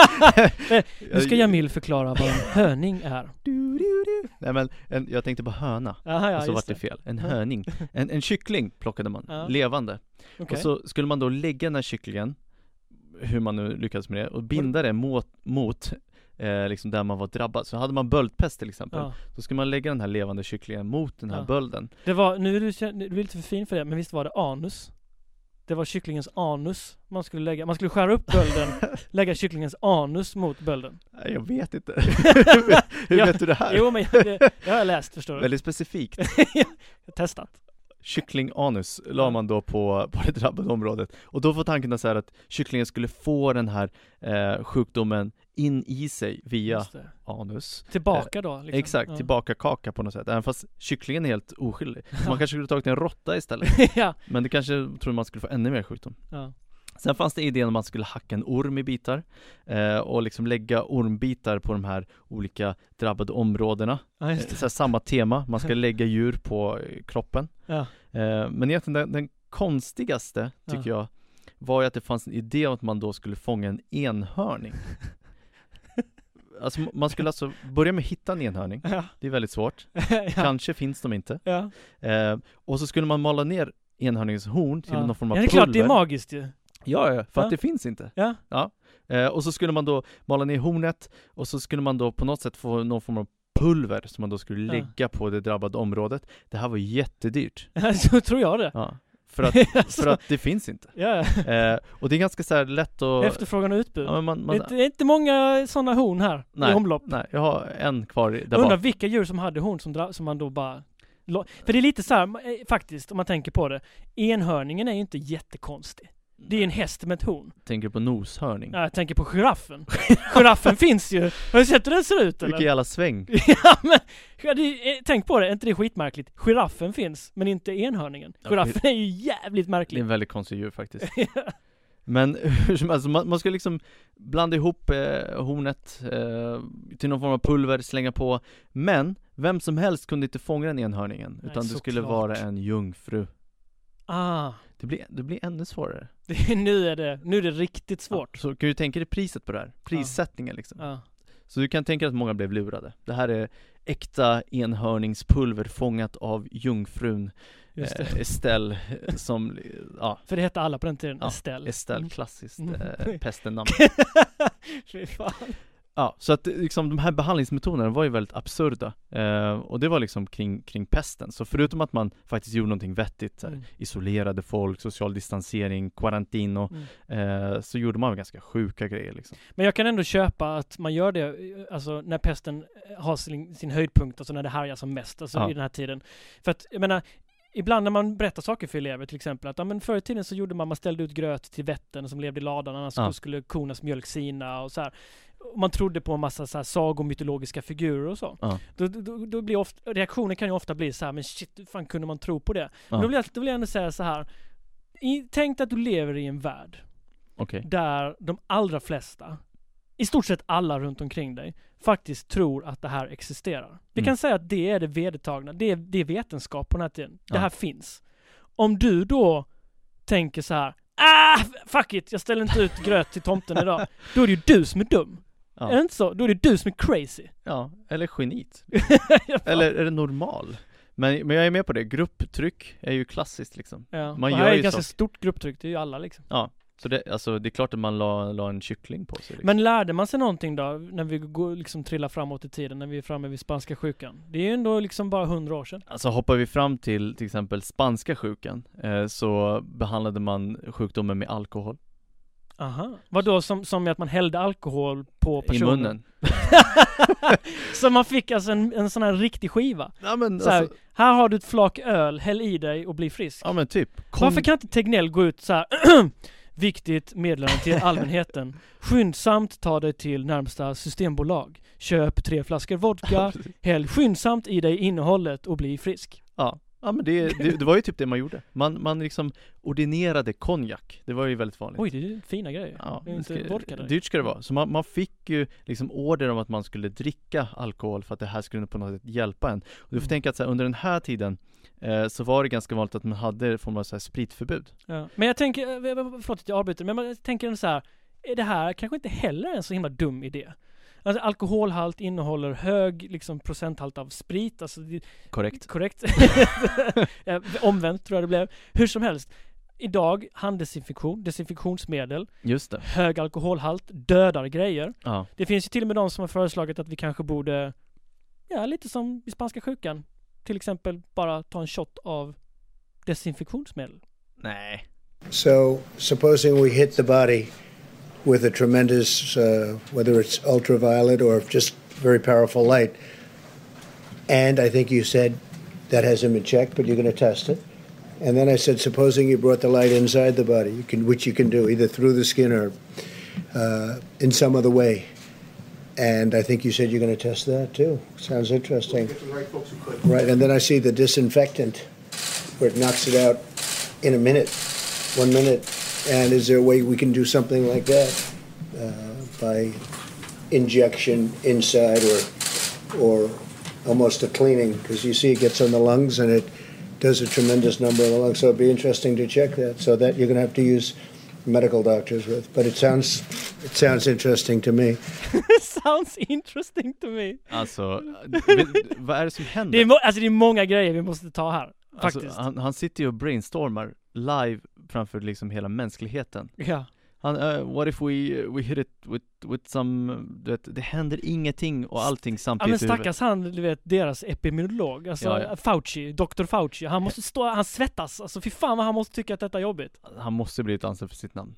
Nu ska Jamil förklara vad en höning är. Du, du, du. Nej men en, jag tänkte på höna. Aha, ja, och så var det det fel. En höning. En, en kyckling plockade man, ja. levande. Okay. Och så skulle man då lägga den här kycklingen, hur man nu lyckades med det, och binda det mot, mot Eh, liksom där man var drabbad. Så hade man böldpest till exempel, ja. så skulle man lägga den här levande kycklingen mot den här ja. bölden. Det var, nu är du, du är lite för fin för det, men visst var det anus? Det var kycklingens anus man skulle lägga. Man skulle skära upp bölden, lägga kycklingens anus mot bölden. Jag vet inte. Hur ja, vet du det här? Jo, men det, det har jag läst, förstår du. Väldigt specifikt. Jag har testat. Kycklinganus la man då på, på det drabbade området. Och då får tanken så här att kycklingen skulle få den här eh, sjukdomen in i sig via anus. Tillbaka då? Liksom. Exakt, ja. tillbaka kaka på något sätt. Även fast kycklingen är helt oskyldig. Så man kanske skulle tagit en råtta istället. ja. Men det kanske tror man skulle få ännu mer sjukdom. Ja. Sen fanns det idén om att man skulle hacka en orm i bitar eh, och liksom lägga ormbitar på de här olika drabbade områdena. Ja, eh, så här, samma tema, man ska lägga djur på eh, kroppen. Ja. Eh, men egentligen den, den konstigaste tycker ja. jag var ju att det fanns en idé om att man då skulle fånga en enhörning. Alltså man skulle alltså börja med att hitta en enhörning. Ja. Det är väldigt svårt. ja. Kanske finns de inte. Ja. Eh, och så skulle man mala ner enhörningens horn till ja. någon form av ja, det är pulver. klart, det är magiskt ju. Ja, ja, för ja. att det finns inte. Ja. Ja. Eh, och så skulle man då mala ner hornet och så skulle man då på något sätt få någon form av pulver som man då skulle ja. lägga på det drabbade området. Det här var jättedyrt. Så tror jag det. Ja. För att, för att det finns inte. Ja. Eh, och det är ganska så här lätt att... Efterfrågan och utbud. Ja, man, man... Det är inte många sådana horn här nej, i omlopp. Nej, jag har en kvar där jag undrar bak. vilka djur som hade horn som, dra- som man då bara För det är lite så här, faktiskt, om man tänker på det. Enhörningen är ju inte jättekonstig. Det är en häst med ett horn. Tänker du på noshörning? Ja, jag tänker på giraffen. Giraffen finns ju. Har du sett hur den ser ut? Vilken jävla sväng. Ja, men ja, det, tänk på det, är inte det skitmärkligt? Giraffen finns, men inte enhörningen. Giraffen är ju jävligt märklig. Det är en väldigt konstig djur faktiskt. Men hur som helst, man, man ska liksom blanda ihop eh, hornet eh, till någon form av pulver, slänga på. Men vem som helst kunde inte fånga den enhörningen. Nej, utan det skulle klart. vara en jungfru. Ah. Det blir, det blir ännu svårare. Det, nu, är det, nu är det riktigt svårt. Ja, så kan du tänka dig priset på det här. Prissättningen liksom. Ja. Så du kan tänka dig att många blev lurade. Det här är äkta enhörningspulver fångat av jungfrun eh, Estelle som, ja. För det hette alla på den tiden, ja, Estelle. Estelle, klassiskt eh, pestennamn. Fy fan. Ja, så att liksom, de här behandlingsmetoderna var ju väldigt absurda. Eh, och det var liksom kring, kring pesten. Så förutom att man faktiskt gjorde någonting vettigt, såhär, mm. isolerade folk, social distansering, karantin och, mm. eh, så gjorde man ganska sjuka grejer liksom. Men jag kan ändå köpa att man gör det, alltså när pesten har sin, sin höjdpunkt, alltså när det härjar som mest, alltså ja. i den här tiden. För att, jag menar, ibland när man berättar saker för elever, till exempel att ja, men förr i tiden så gjorde man, man ställde ut gröt till vätten som levde i ladan, annars ja. skulle kornas mjölk sina och så här. Och man trodde på en massa så här sagomytologiska figurer och så. Ja. Då, då, då blir ofta, reaktionen kan ju ofta bli så här, men shit, hur fan kunde man tro på det? Ja. Men då vill, jag, då vill jag ändå säga så här, i, tänk att du lever i en värld okay. där de allra flesta, i stort sett alla runt omkring dig, faktiskt tror att det här existerar. Vi mm. kan säga att det är det vedertagna, det är, det är vetenskap på den här tiden. Ja. Det här finns. Om du då tänker så här, ah, fuck it, jag ställer inte ut gröt till tomten idag. Då är det ju du som är dum. Ja. Är det inte så? Då är det du som är crazy. Ja, eller genit. Eller är det normal? Men, men jag är med på det. Grupptryck är ju klassiskt liksom. Ja. Man gör här är ju ganska saker. Stort grupptryck, det är ju alla liksom. Ja, så det, alltså, det är klart att man la, la en kyckling på sig. Liksom. Men lärde man sig någonting då när vi går, liksom trillar framåt i tiden, när vi är framme vid spanska sjukan? Det är ju ändå liksom bara hundra år sedan. Alltså hoppar vi fram till till exempel spanska sjukan eh, så behandlade man sjukdomen med alkohol. Aha. Vadå, som, som att man hällde alkohol på personen? I munnen. Så man fick alltså en, en sån här riktig skiva. Ja, men, så här, alltså, här har du ett flak öl, häll i dig och bli frisk. Ja men typ. Kom... Varför kan inte Tegnell gå ut så här viktigt meddelande till allmänheten. Skyndsamt ta dig till närmsta systembolag. Köp tre flaskor vodka, häll skyndsamt i dig innehållet och bli frisk. Ja. Ja men det, det, det var ju typ det man gjorde. Man, man liksom ordinerade konjak. Det var ju väldigt vanligt. Oj, det är fina grejer. Ja, det är inte ska, vodka där. Dyrt ska det vara. Så man, man fick ju liksom order om att man skulle dricka alkohol för att det här skulle på något sätt hjälpa en. Och du får mm. tänka att så här, under den här tiden eh, så var det ganska vanligt att man hade form av så här spritförbud. Ja. Men jag tänker, förlåt att jag avbryter, men jag tänker så här, är det här kanske inte heller en så himla dum idé? Alltså alkoholhalt innehåller hög liksom, procenthalt av sprit. Alltså, korrekt. Korrekt. Omvänt tror jag det blev. Hur som helst. Idag handdesinfektion, desinfektionsmedel. Just det. Hög alkoholhalt, dödar grejer. Ja. Det finns ju till och med de som har föreslagit att vi kanske borde, ja lite som i spanska sjukan, till exempel bara ta en shot av desinfektionsmedel. Nej. So, supposing we hit the body with a tremendous, uh, whether it's ultraviolet or just very powerful light. And I think you said that hasn't been checked, but you're going to test it. And then I said, supposing you brought the light inside the body, you can, which you can do either through the skin or uh, in some other way. And I think you said you're going to test that too. Sounds interesting. Right, and then I see the disinfectant where it knocks it out in a minute, one minute. And is there a way we can do something like that uh, by injection inside or or almost a cleaning? Because you see it gets on the lungs and it does a tremendous number of the lungs. So it'd be interesting to check that. So that you're going to have to use medical doctors with. But it sounds it sounds interesting to me. It sounds interesting to me. Alltså, vad är det som händer? Det är, mo- alltså, det är många grejer vi måste ta här. Faktiskt. Alltså, han, han sitter ju och brainstormar live framför liksom hela mänskligheten. Ja. Han, uh, what if we we hit it with with some, du vet, det händer ingenting och allting samtidigt. Ja, men stackars han, du vet, deras epidemiolog, alltså ja, ja. Fauci, doktor Fauci, han måste stå, han svettas, alltså fy fan vad han måste tycka att detta är jobbigt. Han måste bli ett ansvar för sitt namn.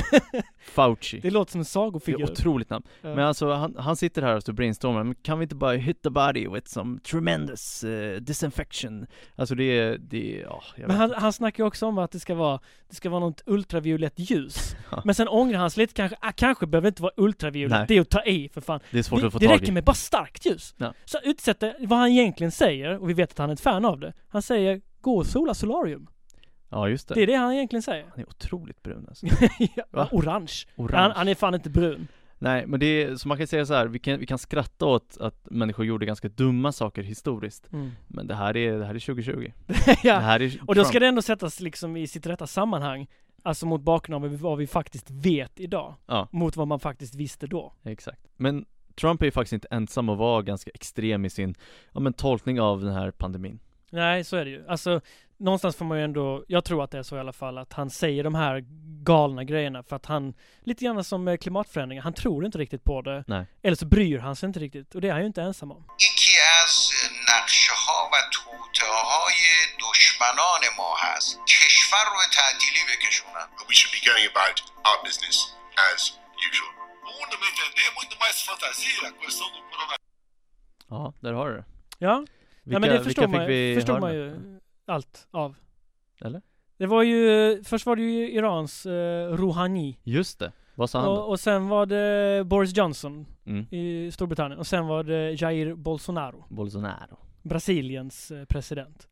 Fauci. Det låter som en sagofigur. Det är otroligt namn. Ja. Men alltså, han, han sitter här och står brainstormar, men kan vi inte bara hit the body with some tremendous uh, disinfection? Alltså det är, det är, ja, jag men han, vet han snackar ju också om att det ska vara, det ska vara något ultraviolett ljus. Ja. Men sen ångrar han sig lite, kanske, ah, kanske behöver inte vara ultraviolett. Nej. Det är att ta i för fan. Det är svårt det, att få det tag i. räcker med bara starkt ljus. Ja. Så utsätter vad han egentligen säger, och vi vet att han är ett fan av det. Han säger, gå och sola solarium. Ja, just det. Det är det han egentligen säger. Han är otroligt brun alltså. Ja, orange. Orange. Han, han är fan inte brun. Nej, men det är, så man kan säga så här, vi kan, vi kan skratta åt att människor gjorde ganska dumma saker historiskt. Mm. Men det här är, det här är tjugo tjugo. Ja. Det här är och då ska det ändå sättas liksom i sitt rätta sammanhang. Alltså mot bakgrund av vad vi faktiskt vet idag. Ja. Mot vad man faktiskt visste då. Exakt. Men Trump är ju faktiskt inte ensam att vara ganska extrem i sin ja, men tolkning av den här pandemin. Nej, så är det ju. Alltså, någonstans får man ju ändå, jag tror att det är så i alla fall, att han säger de här galna grejerna för att han, lite grann som med klimatförändringar, han tror inte riktigt på det. Nej. Eller så bryr han sig inte riktigt, och det är han ju inte ensam om. یکی از نقشه‌ها و توطئه‌های دشمنان ما هست کشور رو تعطیلی بکشونن. We should be going about our business as usual. O mundo não entender, muito mais fantasia a questão do coronavírus. Ja, där har du det. Ja. Vilka, ja, men det förstår man, vi förstår man ju allt av. Eller? Det var ju, först var det ju Irans eh, Rouhani. Just det. Vad sa han då? Och, och sen var det Boris Johnson mm. i Storbritannien. Och sen var det Jair Bolsonaro. Bolsonaro. Brasiliens eh, president.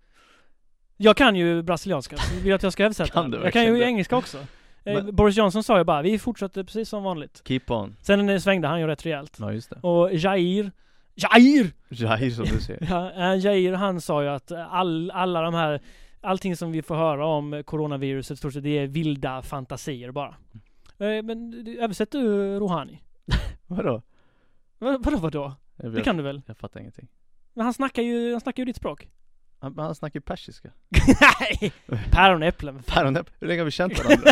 Jag kan ju brasilianska, så vill att jag ska översätta. Kan du jag kan ju det? Engelska också. Eh, Men, Boris Johnson sa ju bara, vi fortsätter precis som vanligt. Keep on. Sen svängde han ju rätt rejält. Ja, just det. Och Jair Jair! Jair som du ser. Ja, Jair, han sa ju att all, alla de här, allting som vi får höra om coronaviruset, stort sett, det är vilda fantasier bara. Mm. Men översätter du Rouhani? Vadå? Vad, vadå vadå? Jag, det kan du väl? Jag fattar ingenting. Men han snackar ju, han snackar ju ditt språk. Han, han snackar ju persiska. Nej! Päron äpplen. Päron äpplen? Hur länge har vi känt varandra?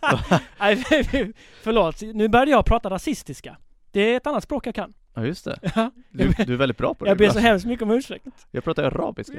Nej, förlåt. Nu började jag prata rasistiska. Det är ett annat språk jag kan. Ja, just det. Ja. Du, du är väldigt bra på det. Jag ber så hemskt mycket om ursäkt. Jag pratar arabiska.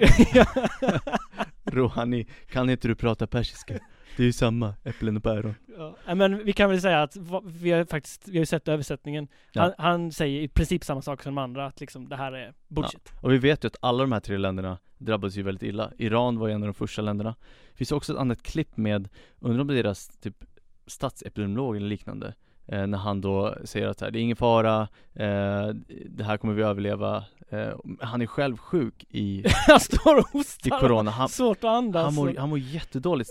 Rouhani, kan inte du prata persiska? Det är ju samma, äpplen och päron. Ja, men vi kan väl säga att vi har faktiskt, vi har sett översättningen. Ja. Han, han säger i princip samma sak som de andra, att liksom det här är bullshit. Ja. Och vi vet ju att alla de här tre länderna drabbades ju väldigt illa. Iran var en av de första länderna. Det finns också ett annat klipp med, undrar om det är deras typ statsepidemiolog eller liknande. Eh, när han då säger att här, det är ingen fara, eh, det här kommer vi överleva. Eh, han är själv sjuk i, han står och hostar, i corona. Han, svårt att andas. Han mår, han mår jättedåligt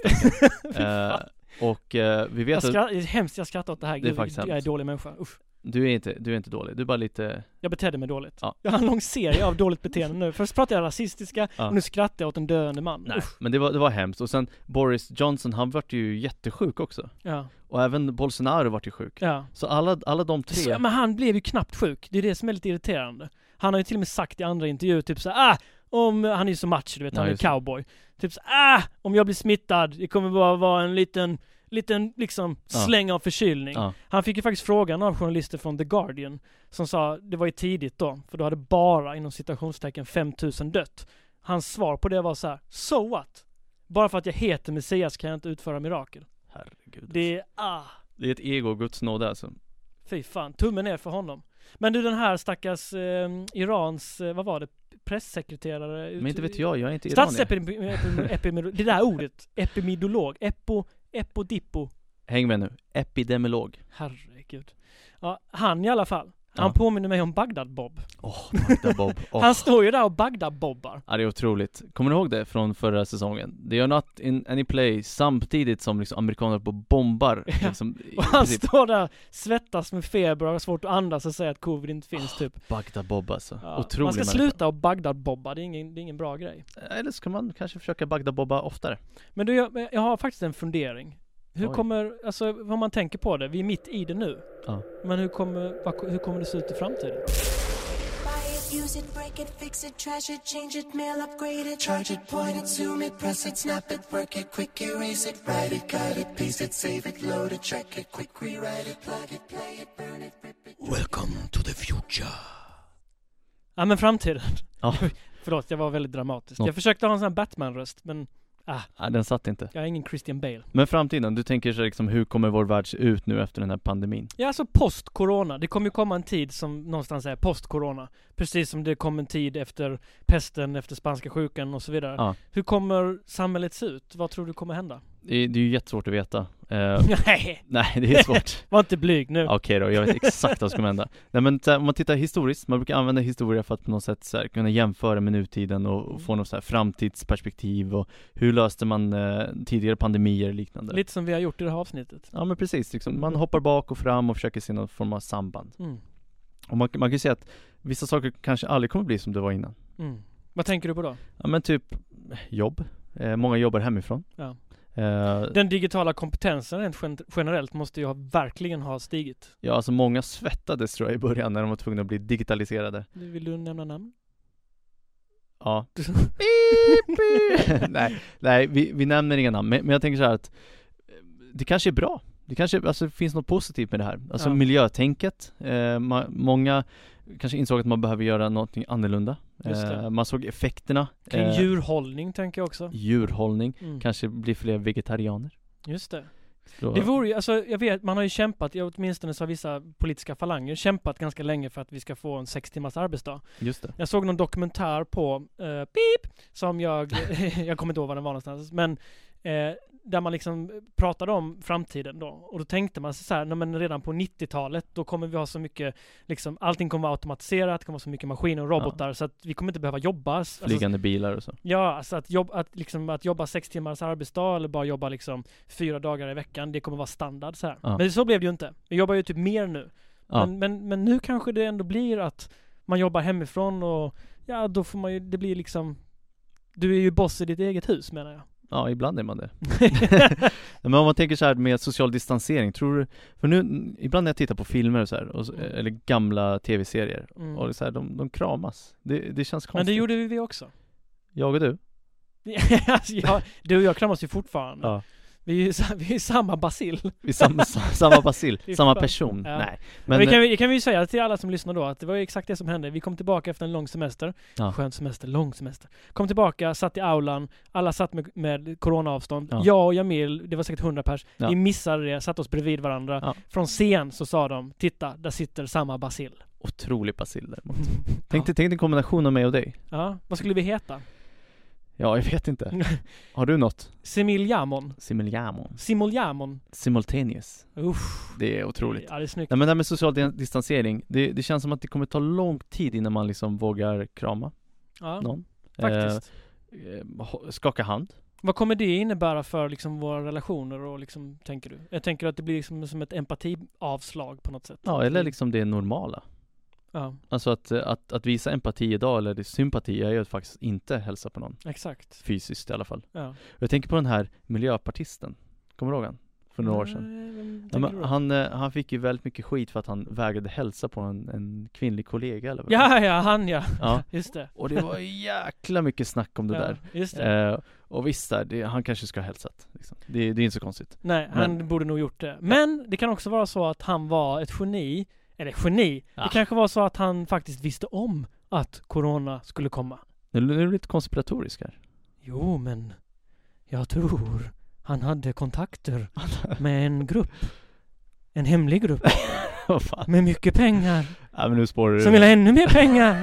eh, och eh, vi vet jag skrattar, att det är hemskt, jag skrattar åt det här. Det är jag, jag är dålig människa. Uff. Du är inte, du är inte dålig, du är bara lite... Jag betedde mig dåligt. Ja. Jag har en lång serie av dåligt beteende nu. Först pratade jag rasistiska, ja. och nu skrattar jag åt en döende man. Nej, Uff. men det var, det var hemskt. Och sen Boris Johnson, han var ju jättesjuk också. Ja. Och även Bolsonaro var ju sjuk. Ja. Så alla, alla de tre... Så, men han blev ju knappt sjuk. Det är det som är lite irriterande. Han har ju till och med sagt i andra intervjuer typ så ah, om han är ju så macho, du vet, ja, han är cowboy. Typ så ah, om jag blir smittad, det kommer bara vara en liten liten liksom släng ja. av förkylning. Ja. Han fick ju faktiskt frågan av journalister från The Guardian som sa, det var ju tidigt då, för då hade bara inom citationstecken fem tusen dött. Hans svar på det var så här: so what? Bara för att jag heter Messias kan jag inte utföra mirakel. Herregud. Det är ah. Det är ett ego, Guds nåde alltså. Fy fan, tummen ner för honom. Men du, den här stackars eh, Irans, eh, vad var det? Pressekreterare. Men inte vet jag, jag är inte iranier. Statsepidemiolog, det där ordet, epidemiolog, epo, epodippo. Häng med nu, epidemiolog. Herregud. Ja, han i alla fall. Ja. Han påminner mig om Bagdad Bob. Åh, oh, Bagdad Bob. Oh. Han står ju där och Bagdad Bobbar. Ja, det är otroligt. Kommer ni ihåg det från förra säsongen? They are not in any play, samtidigt som liksom amerikaner på bombar. Ja. Liksom, och han princip. står där, svettas med feber och har svårt att andas och säger att covid inte finns oh, typ. Bagdad Bob alltså. Ja. Otroligt. Man ska sluta och Bagdad Bobba, det är ingen, det är ingen bra grej. Eller ska man kanske försöka Bagdad Bobba oftare. Men du, jag, jag har faktiskt en fundering. Hur Oj. kommer, alltså vad man tänker på det, vi är mitt i det nu. Ja. Men hur kommer, hur kommer det se ut i framtiden? Use it, break it, fix it, trash it, change it, mail, upgrade it, charge it, point it, zoom it, press it, snap it, work it, quick erase it, write it, cut it, paste it, save it, load it, check it, quick rewrite it, plug it, play it, burn it, rip it. Welcome to the future. Ja, men framtiden. Ja. Förlåt, jag var väldigt dramatisk. Nå. Jag försökte ha en sån här Batman-röst, men ah, Nej, den satt inte. jag är ingen Christian Bale. Men framtiden, du tänker så liksom, hur kommer vår värld se ut nu efter den här pandemin? Ja, alltså post-corona. Det kommer ju komma en tid som någonstans är post-corona. Precis som det kom en tid efter pesten, efter spanska sjukan och så vidare. Ja. Hur kommer samhället se ut? Vad tror du kommer hända? Det, det är ju jättesvårt att veta. Eh, Nej! nej, det är svårt. Var inte blyg nu. Okej då, jag vet exakt vad som kommer hända. Nej, men så här, om man tittar historiskt, man brukar använda historia för att på något sätt så här, kunna jämföra med nutiden och, och få något så här framtidsperspektiv och hur löste man eh, tidigare pandemier och liknande. Lite som vi har gjort i det här avsnittet. Ja, men precis. Liksom, man hoppar bak och fram och försöker se någon form av samband. Mm. Och man, man kan ju säga att vissa saker kanske aldrig kommer bli som det var innan. Mm. Vad tänker du på då? Ja, men typ jobb. Eh, många jobbar hemifrån. Ja. Eh, Den digitala kompetensen rent gen- generellt måste ju ha, verkligen ha stigit. ja, alltså många svettades tror jag i början när de var tvungna att bli digitaliserade. Vill du nämna namn? Ja. nej, nej vi, vi nämner inga namn. Men, men jag tänker så här att det kanske är bra. Det kanske alltså, det finns något positivt med det här. Alltså Ja. miljötänket. Eh, ma- många kanske insåg att man behöver göra någonting annorlunda. Just det. Eh, man såg effekterna. Kring Eh, djurhållning tänker jag också. djurhållning. Mm. Kanske blir fler vegetarianer. Just det. Så, Det vore ju, alltså jag vet, man har ju kämpat, jag åtminstone så har vissa politiska falanger kämpat ganska länge för att vi ska få en sex timmars arbetsdag. Just det. Jag såg någon dokumentär på uh, Beep, som jag, jag kommer inte ihåg var den var någonstans, men eh, där man liksom pratade om framtiden då. Och då tänkte man så här, nej, men redan på nittiotalet då kommer vi ha så mycket, liksom allting kommer vara automatiserat, det kommer vara så mycket maskiner och robotar, ja. Så att vi kommer inte behöva jobba. Flygande alltså, bilar och så. Ja, alltså att, jobb, att, liksom, att jobba sex timmars arbetsdag eller bara jobba liksom fyra dagar i veckan, det kommer vara standard så här. Ja. Men så blev det ju inte. Vi jobbar ju typ mer nu. Ja. Men, men, men nu kanske det ändå blir att man jobbar hemifrån och ja, då får man ju, det blir liksom, du är ju boss i ditt eget hus menar jag. Ja, ibland är man det. Men om man tänker så här med social distansering, tror du, för nu, ibland när jag tittar på filmer och så här, och, eller gamla tv-serier, Mm. och så här, de, de kramas. Det, det känns konstigt. Men det gjorde vi också. Jag och du? alltså, jag, du och jag kramas ju fortfarande. Ja. Vi är ju, sa- vi är samma basil. Vi är samma, samma basil, Fy samma fan. person. Ja. Nej. Men Men, det kan vi, det kan vi ju säga till alla som lyssnar då, att det var ju exakt det som hände. Vi kom tillbaka efter en lång semester. Ja. Skön semester, lång semester. Kom tillbaka, satt i aulan. Alla satt med, med coronaavstånd. Ja. Jag och Jamil, det var säkert hundra pers. Ja. Vi missade det, satt oss bredvid varandra. Ja. Från scen så sa de, titta, där sitter samma basil. otrolig basil däremot. Tänk dig tänk en kombination av mig och dig. Ja, vad skulle vi heta? Ja, jag vet inte. Har du något? Similjamon. Similjamon. Similjamon. Simultaneous. Uff. Det är otroligt. Ja, det är snyggt. Nej, men det här med social di- distansering, det, det känns som att det kommer ta lång tid innan man liksom vågar krama Ja, någon. faktiskt. Eh, eh, skaka hand. Vad kommer det innebära för liksom våra relationer och liksom, tänker du? Jag tänker att det blir liksom som ett empatiavslag på något sätt. Ja, eller liksom det normala. Ja, Alltså att, att, att visa empati idag, eller det sympati, är ju att faktiskt inte hälsa på någon. exakt. Fysiskt i alla fall. Ja. Och jag tänker på den här miljöpartisten. Kommer du ihåg han? För några år sedan. Nej, vem Ja, tänker men du då? han, eh, han fick ju väldigt mycket skit för att han vägrade hälsa på en, en kvinnlig kollega eller vad? Ja, ja, han ja. Ja. Just det. Och det var jäkla mycket snack om det Ja, där. just det. Eh, och visst där, det, han kanske ska ha hälsat. Liksom. Det, det är inte så konstigt. Nej, han borde nog gjort det. Men det kan också vara så att han var ett geni. Eller geni. Ja. Det kanske var så att han faktiskt visste om att corona skulle komma. Nu nu är du lite konspiratorisk här. Jo, men jag tror han hade kontakter med en grupp. En hemlig grupp. Vad fan? Med mycket pengar. Ja, men nu spårar du. Som vill ha ännu mer pengar.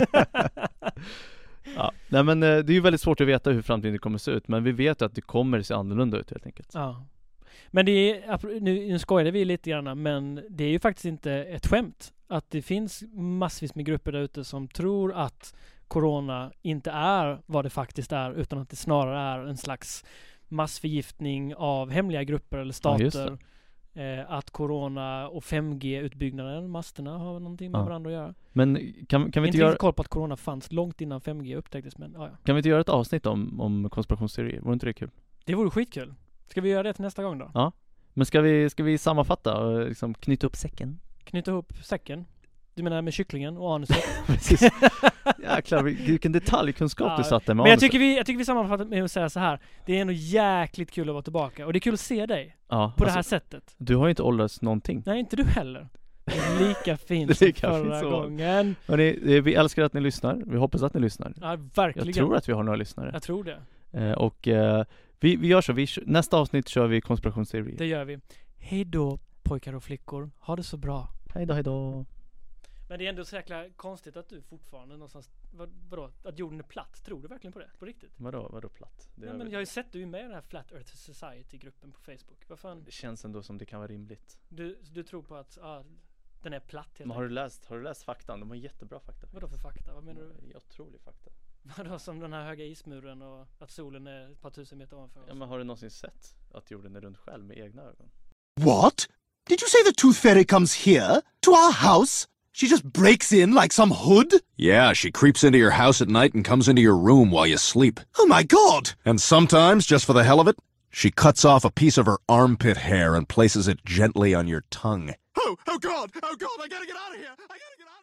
Ja. Nej, men eh, det är ju väldigt svårt att veta hur framtiden kommer se ut. Men vi vet att det kommer se annorlunda ut helt enkelt. Ja. Men det är, nu, nu skojade vi lite grann, men det är ju faktiskt inte ett skämt att det finns massvis med grupper där ute som tror att corona inte är vad det faktiskt är, utan att det snarare är en slags massförgiftning av hemliga grupper eller Ja, just stater. Eh, att corona och fem G-utbyggnaden, masterna, har någonting med Ja. varandra att göra. Men kan, kan, vi Inte inte riktigt göra, koll på att corona fanns långt innan fem G upptäcktes, men ja, ja. kan vi inte göra ett avsnitt om, om konspirationsteorier? Vore inte det kul? Det vore skitkul. Ska vi göra det till nästa gång då? Ja. Men ska vi, ska vi sammanfatta och liksom knyta upp säcken? Knyta ihop säcken. Du menar med kycklingen och anuset? Precis. Jäklar, vilken detaljkunskap ja, du satt där med Men jag anuset. tycker, vi, jag tycker vi sammanfattar med att säga så här. Det är ändå jäkligt kul att vara tillbaka. Och det är kul att se dig ja, på alltså, det här sättet. Du har ju inte åldrats någonting. Nej, inte du heller. Det är lika fint det är lika som förra fint gången. Hörrni, vi älskar att ni lyssnar. Vi hoppas att ni lyssnar. Ja, verkligen. Jag tror att vi har några lyssnare. Jag tror det. Eh, och eh, vi, vi gör så. Vi, nästa avsnitt kör vi konspirationsteori. Det gör vi. Hej då, pojkar och flickor. Ha det så bra. Hej då, hej då. Men det är ändå så jäkla konstigt att du fortfarande någonstans, vad, vadå, att jorden är platt. Tror du verkligen på det? På riktigt? Vadå, vadå platt? Det Nej, men jag har ju sett du är med i den här Flat Earth Society-gruppen på Facebook. Vad fan? Det känns ändå som det kan vara rimligt. Du, du tror på att ah, den är platt helt Men har du läst, har du läst faktan? De har jättebra fakta. Vadå för fakta? Vad menar du? Otrolig fakta. Vadå, som den här höga ismuren och att solen är ett par tusen meter ovanför oss? Ja, men har du någonsin sett att jorden är runt själv med egna ögon? What? Did you say the Tooth Fairy comes here? To our house? She just breaks in like some hood? Yeah, she creeps into your house at night and comes into your room while you sleep. Oh my god! And sometimes, just for the hell of it, she cuts off a piece of her armpit hair and places it gently on your tongue. Oh, oh god! Oh god, I gotta get out of here! I gotta get out!